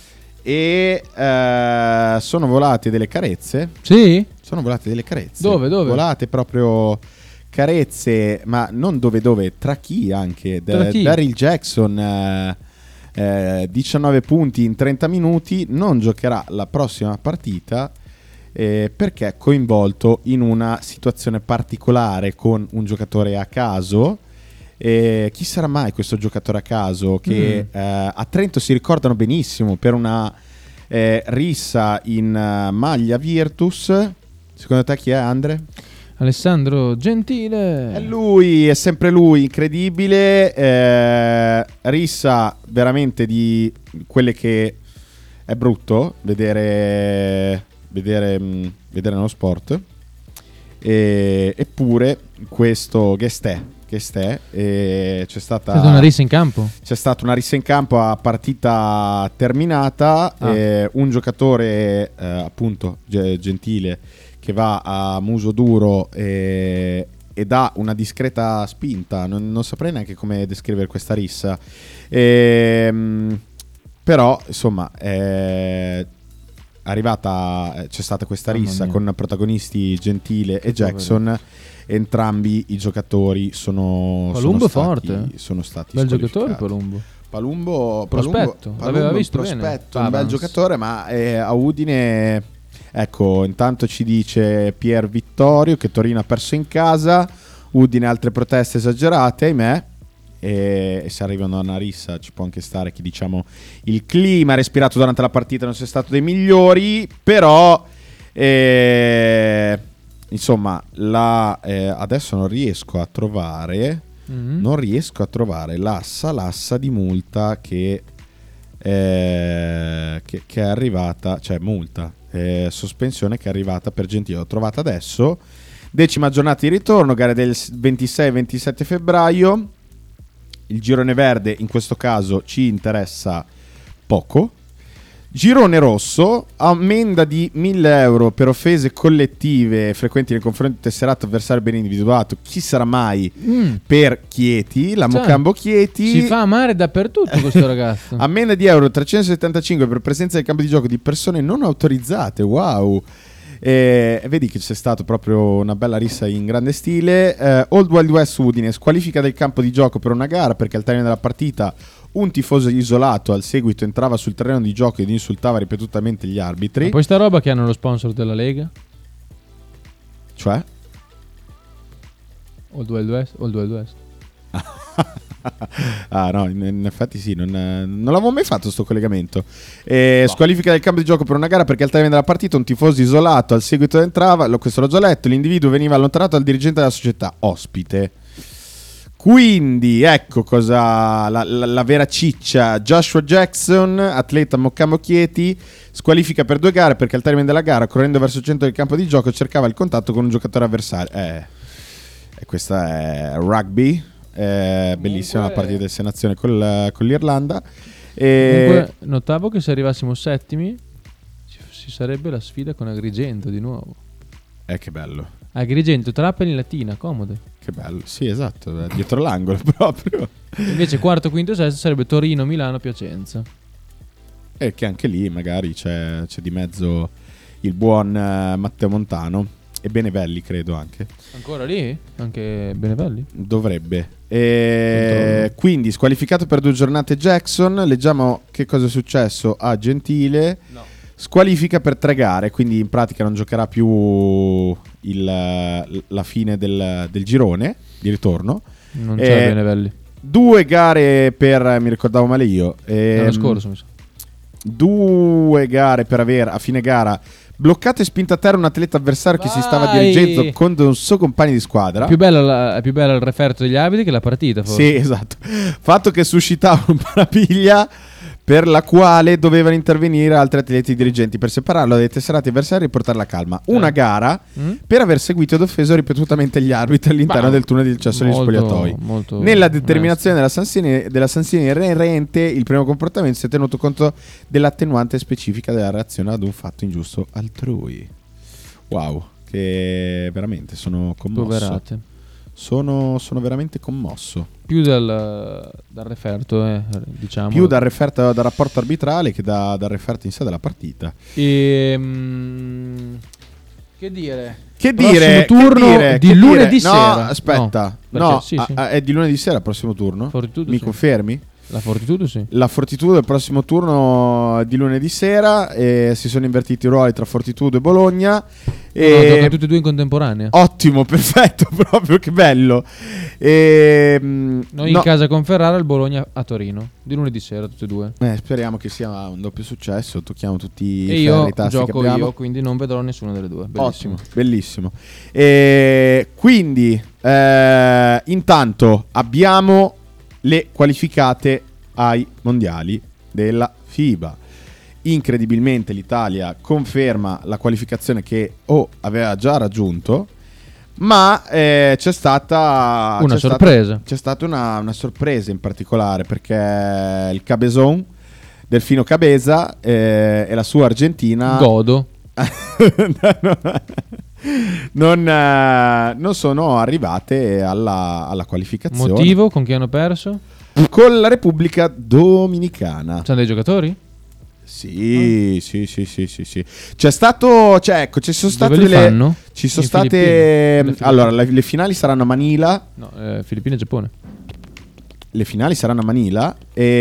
e eh, sono volate delle carezze. Sì? Sono volate delle carezze. Dove, dove? Volate proprio... carezze, ma non dove dove, tra chi anche. Tra chi? Daryl Jackson, eh, eh, diciannove punti in trenta minuti, non giocherà la prossima partita eh, perché è coinvolto in una situazione particolare con un giocatore a caso. Eh, chi sarà mai questo giocatore a caso che mm. eh, a Trento si ricordano benissimo per una eh, rissa in uh, maglia Virtus? Secondo te chi è, Andre? Alessandro Gentile. È lui, è sempre lui, incredibile. Eh, rissa veramente di quelle che è brutto vedere, vedere, mh, vedere nello sport. E, eppure questo Guestè, Guestè eh, c'è stata, c'è stata una rissa in campo. C'è stata una rissa in campo a partita terminata. Ah. Eh, un giocatore eh, appunto Gentile che va a muso duro e, e dà una discreta spinta. Non, non saprei neanche come descrivere questa rissa. E, però, insomma, è arrivata, c'è stata questa rissa con protagonisti Gentile e Jackson. Entrambi i giocatori sono Palumbo sono stati, forte. Sono stati bel giocatore Palumbo. Palumbo, prospetto, Palumbo, l'aveva visto prospetto, bene. un bel giocatore, ma eh, a Udine. Ecco, intanto ci dice Pier Vittorio che Torino ha perso in casa, Udine altre proteste esagerate, ahimè, e, e se arrivano a una rissa ci può anche stare che diciamo il clima respirato durante la partita non sia stato dei migliori, però eh, insomma la, eh, adesso non riesco a trovare mm-hmm. non riesco a trovare la salassa di multa che, eh, che, che è arrivata, cioè multa Eh, sospensione che è arrivata per Gentile. L'ho trovata adesso. Decima giornata di ritorno, gare del ventisei ventisette febbraio. Il girone verde in questo caso ci interessa poco. Girone rosso, ammenda di mille euro per offese collettive frequenti nei confronti del tesserato avversario ben individuato. Chi sarà mai mm. per Chieti, la cioè, Mocambo Chieti. Si fa amare dappertutto questo ragazzo. Ammenda di euro trecentosettantacinque per presenza nel campo di gioco di persone non autorizzate. Wow. E vedi che c'è stato proprio una bella rissa in grande stile. eh, Old Wild West Udine, squalifica del campo di gioco per una gara perché al termine della partita un tifoso isolato al seguito entrava sul terreno di gioco ed insultava ripetutamente gli arbitri. Ma poi sta roba che hanno lo sponsor della Lega? Cioè? Old Wild West? Old Wild West. Ah no, in, in effetti sì, non, non l'avevo mai fatto sto collegamento. eh, no. Squalifica del campo di gioco per una gara perché al termine della partita un tifoso isolato al seguito entrava, lo, questo l'ho già letto, l'individuo veniva allontanato dal dirigente della società ospite. Quindi ecco cosa la, la, la vera ciccia. Joshua Jackson, atleta Moccamo Chieti, squalifica per due gare perché al termine della gara, correndo verso il centro del campo di gioco, cercava il contatto con un giocatore avversario. Eh, e questa è rugby, è bellissima la partita di sei nazioni col, con l'Irlanda. E... Comunque notavo che se arrivassimo settimi ci, ci sarebbe la sfida con Agrigento di nuovo. Eh, che bello. Agrigento, Trapani in Latina, comode. Che bello, sì, esatto, dietro l'angolo proprio. Invece quarto, quinto, sesto sarebbe Torino, Milano, Piacenza. E che anche lì magari c'è, c'è di mezzo il buon uh, Matteo Montano e Benevelli, credo anche. Ancora lì? Anche Benevelli? Dovrebbe. E quindi squalificato per due giornate Jackson. Leggiamo che cosa è successo a Gentile. No. Squalifica per tre gare, quindi in pratica non giocherà più il, la fine del, del girone di ritorno. Non c'è Benevelli. Due gare per, mi ricordavo male io, ehm, l'anno scorso mi sa. Due gare per aver a fine gara bloccato e spinto a terra un atleta avversario Vai. che si stava dirigendo con un suo compagno di squadra. È più bella la, è più bella il referto degli arbitri che la partita, forse. Sì, esatto. Fatto che suscitava un parapiglia per la quale dovevano intervenire altri atleti dirigenti per separarlo dai tesserati avversari e portarla a calma. Una eh. gara mm? per aver seguito ed offeso ripetutamente gli arbitri all'interno bah, del tunnel di accesso agli spogliatoi. Nella determinazione della sanzione, della sanzione inerente, il primo comportamento si è tenuto conto dell'attenuante specifica della reazione ad un fatto ingiusto altrui. Wow, che veramente sono commosso. Poverate. Sono, sono veramente commosso. Più dal, dal referto, eh, diciamo. Più dal referto, dal rapporto arbitrale che da, dal referto in sé della partita. E, mm, che dire? Che dire? Turno che dire, di che lunedì dire? sera. No, aspetta. No, no sì, a, sì. A, è di lunedì sera il prossimo turno? Fortitudo, Mi sì. confermi? La Fortitudo sì. La Fortitudo il prossimo turno è di lunedì sera e si sono invertiti i ruoli tra Fortitudo e Bologna. E no, giocano tutti e due in contemporanea. Ottimo, perfetto, proprio che bello. E, Noi no. in casa con Ferrara, il Bologna a Torino di lunedì sera tutti e due. Eh, speriamo che sia un doppio successo. Tocchiamo tutti e i io ferri tasti gioco che abbiamo. io, quindi non vedrò nessuna delle due. Bellissimo. Ottimo, bellissimo. E quindi eh, intanto abbiamo le qualificate ai mondiali della FIBA. Incredibilmente l'Italia conferma la qualificazione che o aveva già raggiunto, ma eh, c'è stata una c'è sorpresa. Stata, c'è stata una, una sorpresa in particolare perché il Cabezon, Delfino Cabeza eh, e la sua Argentina Godo non, eh, non sono arrivate alla, alla qualificazione. Motivo? Con chi hanno perso? Con la Repubblica Dominicana. C'hanno dei giocatori? Sì, ah. sì, sì, sì, sì, sì. C'è stato, cioè, ecco, ci sono state Dove delle fanno? Ci sono In state Filippine. allora, le, le finali saranno a Manila. No, eh, Filippine e Giappone. Le finali saranno a Manila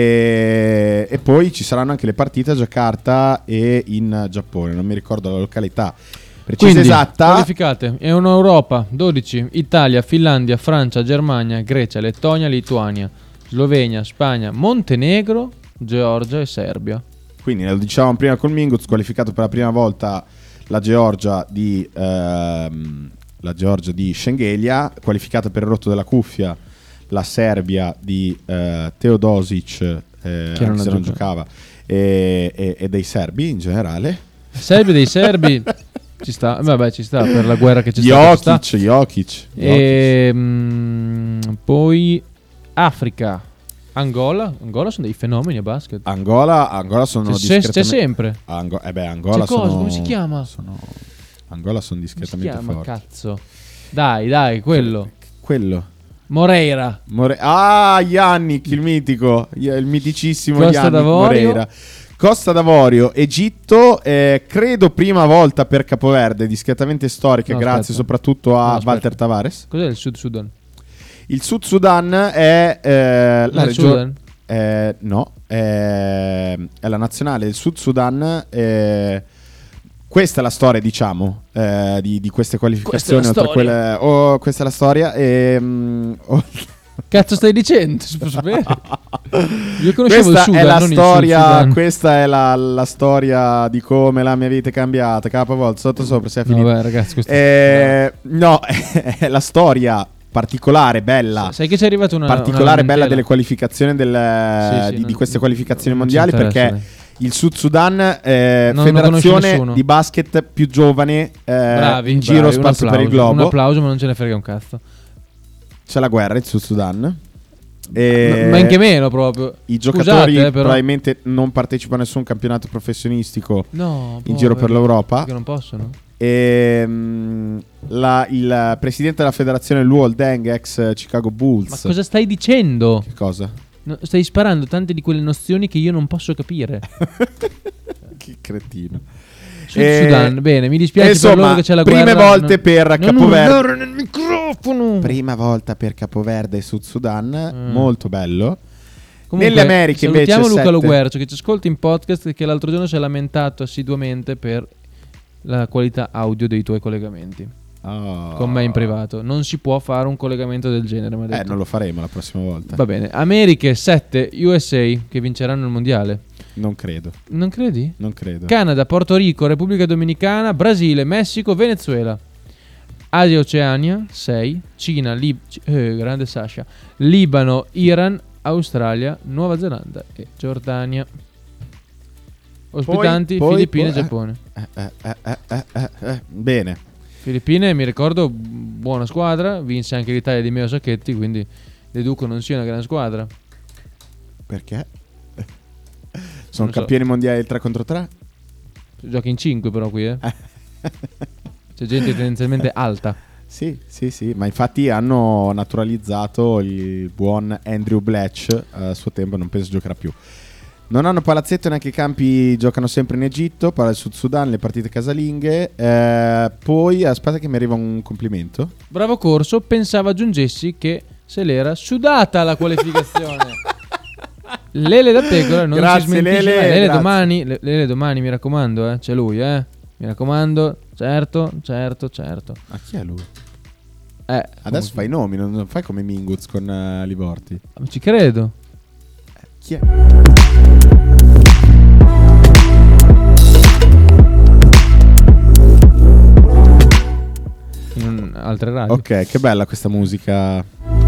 e, e poi ci saranno anche le partite a Giacarta e in Giappone, non mi ricordo la località precisa. Quindi, esatta. qualificate. È un'Europa dodici: Italia, Finlandia, Francia, Germania, Grecia, Lettonia, Lituania, Slovenia, Spagna, Montenegro, Georgia e Serbia. Quindi lo dicevamo prima col Mingus, qualificato per la prima volta la Georgia di ehm, la Georgia di Schengelia, qualificata per il rotto della cuffia la Serbia di eh, Teodosic, eh, che anche non se non giocava, e, e, e dei serbi in generale. Serbi dei serbi ci sta, vabbè, ci sta per la guerra che c'è Jokic, stata. Jokic, Jokic. E mh, poi Africa. Angola, Angola sono dei fenomeni a basket. Angola, Angola sono c'è, discretamente... c'è sempre. Ango... Eh beh, Angola c'è cosa? sono... Come si chiama? Sono... Angola sono discretamente Come si chiama, forti. cazzo? Dai, dai, quello. Quello. Moreira. More... Ah, Yannick, il mitico, il miticissimo Costa Yannick d'Avorio. Moreira. Costa d'Avorio, Egitto, eh, credo prima volta per Capoverde, discretamente storiche, No, grazie aspetta. soprattutto a No, aspetta. Walter Tavares. Cos'è il Sud Sudan? Il Sud Sudan è eh, la il regione... Sudan? Eh, no, è, è la nazionale del Sud Sudan. eh, Questa è la storia, diciamo, eh, di, di queste qualificazioni. Questa è la oltre storia. Quelle, oh, questa è la storia. E, mm, oh. Cazzo stai dicendo? Si può sapere? Io conoscevo Questa il Sudan, è la non storia. il Sud Sudan. Questa è la, la storia di come la mia vita è cambiata. Capovolta, sotto sopra, si è finito. Vabbè, ragazzi, questo Eh, no, è la storia particolare, bella. Sai che c'è arrivata una particolare una bella delle qualificazioni del, sì, sì, di, non, di queste qualificazioni non mondiali, perché il Sud Sudan, eh, non federazione di basket più giovane eh, bravi, in giro bravi, spazio per il applauso, globo. Un applauso, ma non ce ne frega un cazzo. C'è la guerra in Sud Sudan. E ma anche meno proprio. I giocatori Scusate, eh, però. probabilmente non partecipano a nessun campionato professionistico no, in giro per l'Europa. Perché non possono. E mh, la, il presidente della federazione Luol Deng, ex Chicago Bulls. Ma cosa stai dicendo? Che cosa? No, stai sparando tante di quelle nozioni che io non posso capire. Che cretino. Sud e... Sudan, bene, mi dispiace e insomma, per loro che c'è la prime guerra. volte non... per non Capoverde. nel microfono. Prima volta per Capoverde e Sud Sudan, mm. molto bello. Comunque, nelle Americhe invece salutiamo Luca sette... Loguercio che ci ascolta in podcast, che l'altro giorno si è lamentato assiduamente per la qualità audio dei tuoi collegamenti. Oh. Con me in privato. Non si può fare un collegamento del genere, mi ha detto. Eh, non lo faremo la prossima volta. Va bene. Americhe sette, U S A che vinceranno il mondiale. Non credo. Non credi? Non credo. Canada, Porto Rico, Repubblica Dominicana, Brasile, Messico, Venezuela. Asia Oceania sei, Cina, Lib- eh, grande Sasha, Libano, Iran, Australia, Nuova Zelanda e Giordania. Ospitanti poi, Filippine e poi, Giappone. Eh, eh, eh, eh, eh, eh, eh. Bene. Filippine, mi ricordo, buona squadra, vinse anche l'Italia di Meo Sacchetti, quindi deduco non sia una gran squadra. Perché? Sono so. campioni mondiali del tre contro tre? Giochi in cinque però qui, eh. C'è gente tendenzialmente alta. Sì, sì, sì, ma infatti hanno naturalizzato il buon Andrew Bletch, a suo tempo non penso giocherà più. Non hanno palazzetto, neanche i campi giocano sempre in Egitto, parla del Sud Sudan, le partite casalinghe. Eh, poi aspetta che mi arriva un complimento. Bravo Corso, pensavo aggiungessi che se l'era sudata la qualificazione. Lele da pecora non grazie, si smentisce Lele, mai. Lele grazie. domani, Le- Lele domani mi raccomando, eh, c'è lui, eh. Mi raccomando, certo, certo, certo. Ma chi è lui? Eh, Adesso comunque. fai i nomi, non, non fai come Minguz con uh, Livorti. Ma ci credo. Eh, chi è? In altre radio. Ok, che bella questa musica.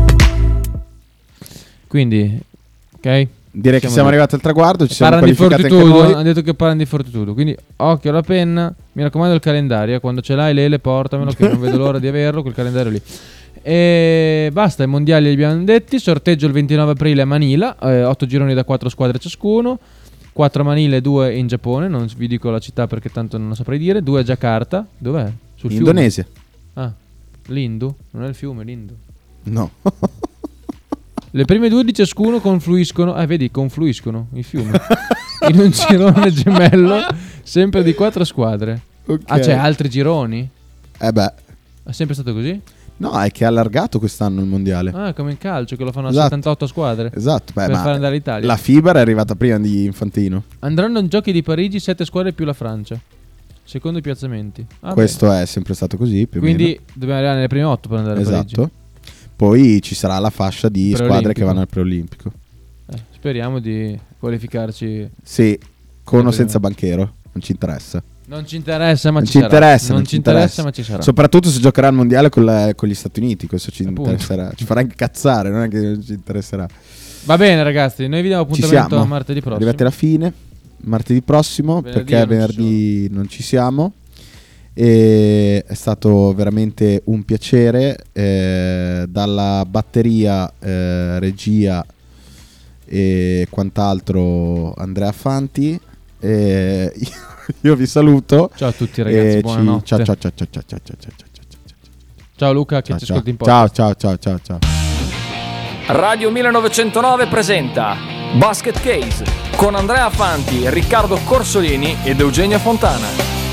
Quindi, ok. Direi che siamo lì. arrivati al traguardo. Ci siamo Parlano di qualificati anche fortitudo. noi. Hanno detto che parlano di fortitudo. Quindi, occhio alla penna. Mi raccomando il calendario. Quando ce l'hai, Lele, portamelo. Che non vedo l'ora di averlo. Quel calendario lì. E basta. I mondiali li abbiamo detti. Sorteggio il ventinove aprile a Manila. Eh, otto gironi da quattro squadre ciascuno. quattro a Manila e due in Giappone. Non vi dico la città perché tanto non lo saprei dire. due a Giacarta. Dov'è? Sul fiume. Indonesia. Ah, l'Indu? Non è il fiume, l'Indu. No. Le prime due di ciascuno confluiscono, ah vedi, confluiscono i fiumi in un girone gemello, sempre di quattro squadre. Okay. Ah, c'è altri gironi? Eh beh. È sempre stato così? No, è che è allargato quest'anno il mondiale. Ah, come in calcio, che lo fanno a Esatto. settantotto squadre. Esatto, beh, per ma fare andare l'Italia. la FIBA è arrivata prima di Infantino. Andranno in giochi di Parigi sette squadre più la Francia, secondo i piazzamenti. Ah, Questo beh. è sempre stato così, più o Quindi meno. dobbiamo arrivare nelle prime otto per andare a Parigi. Esatto. Poi ci sarà la fascia di squadre che vanno al preolimpico. Eh, speriamo di qualificarci. Sì, con o prima. senza banchero, non ci interessa. Non ci interessa, ma non ci, ci sarà. interessa, non, non ci ci interessa, interessa, ma ci sarà. Soprattutto se giocherà il mondiale con, la, con gli Stati Uniti, questo ci Appunto. interesserà. Ci farà incazzare, non è che non ci interesserà. Va bene ragazzi, noi vi diamo Ci appuntamento siamo. a martedì prossimo. Arrivati alla fine, martedì prossimo, Venerdì perché non ci venerdì non ci siamo. E è stato veramente un piacere, eh, dalla batteria, eh, regia e quant'altro Andrea Fanti. E io, io vi saluto. Ciao a tutti ragazzi, e buonanotte. Ciao ciao ciao ciao ciao ciao ciao ciao ciao. Ciao Luca che Ciao, ci ciao. ascolti in podcast. Ciao ciao ciao ciao ciao. Radio millenovecentonove presenta Basket Case con Andrea Fanti, Riccardo Corsolini ed Eugenio Fontana.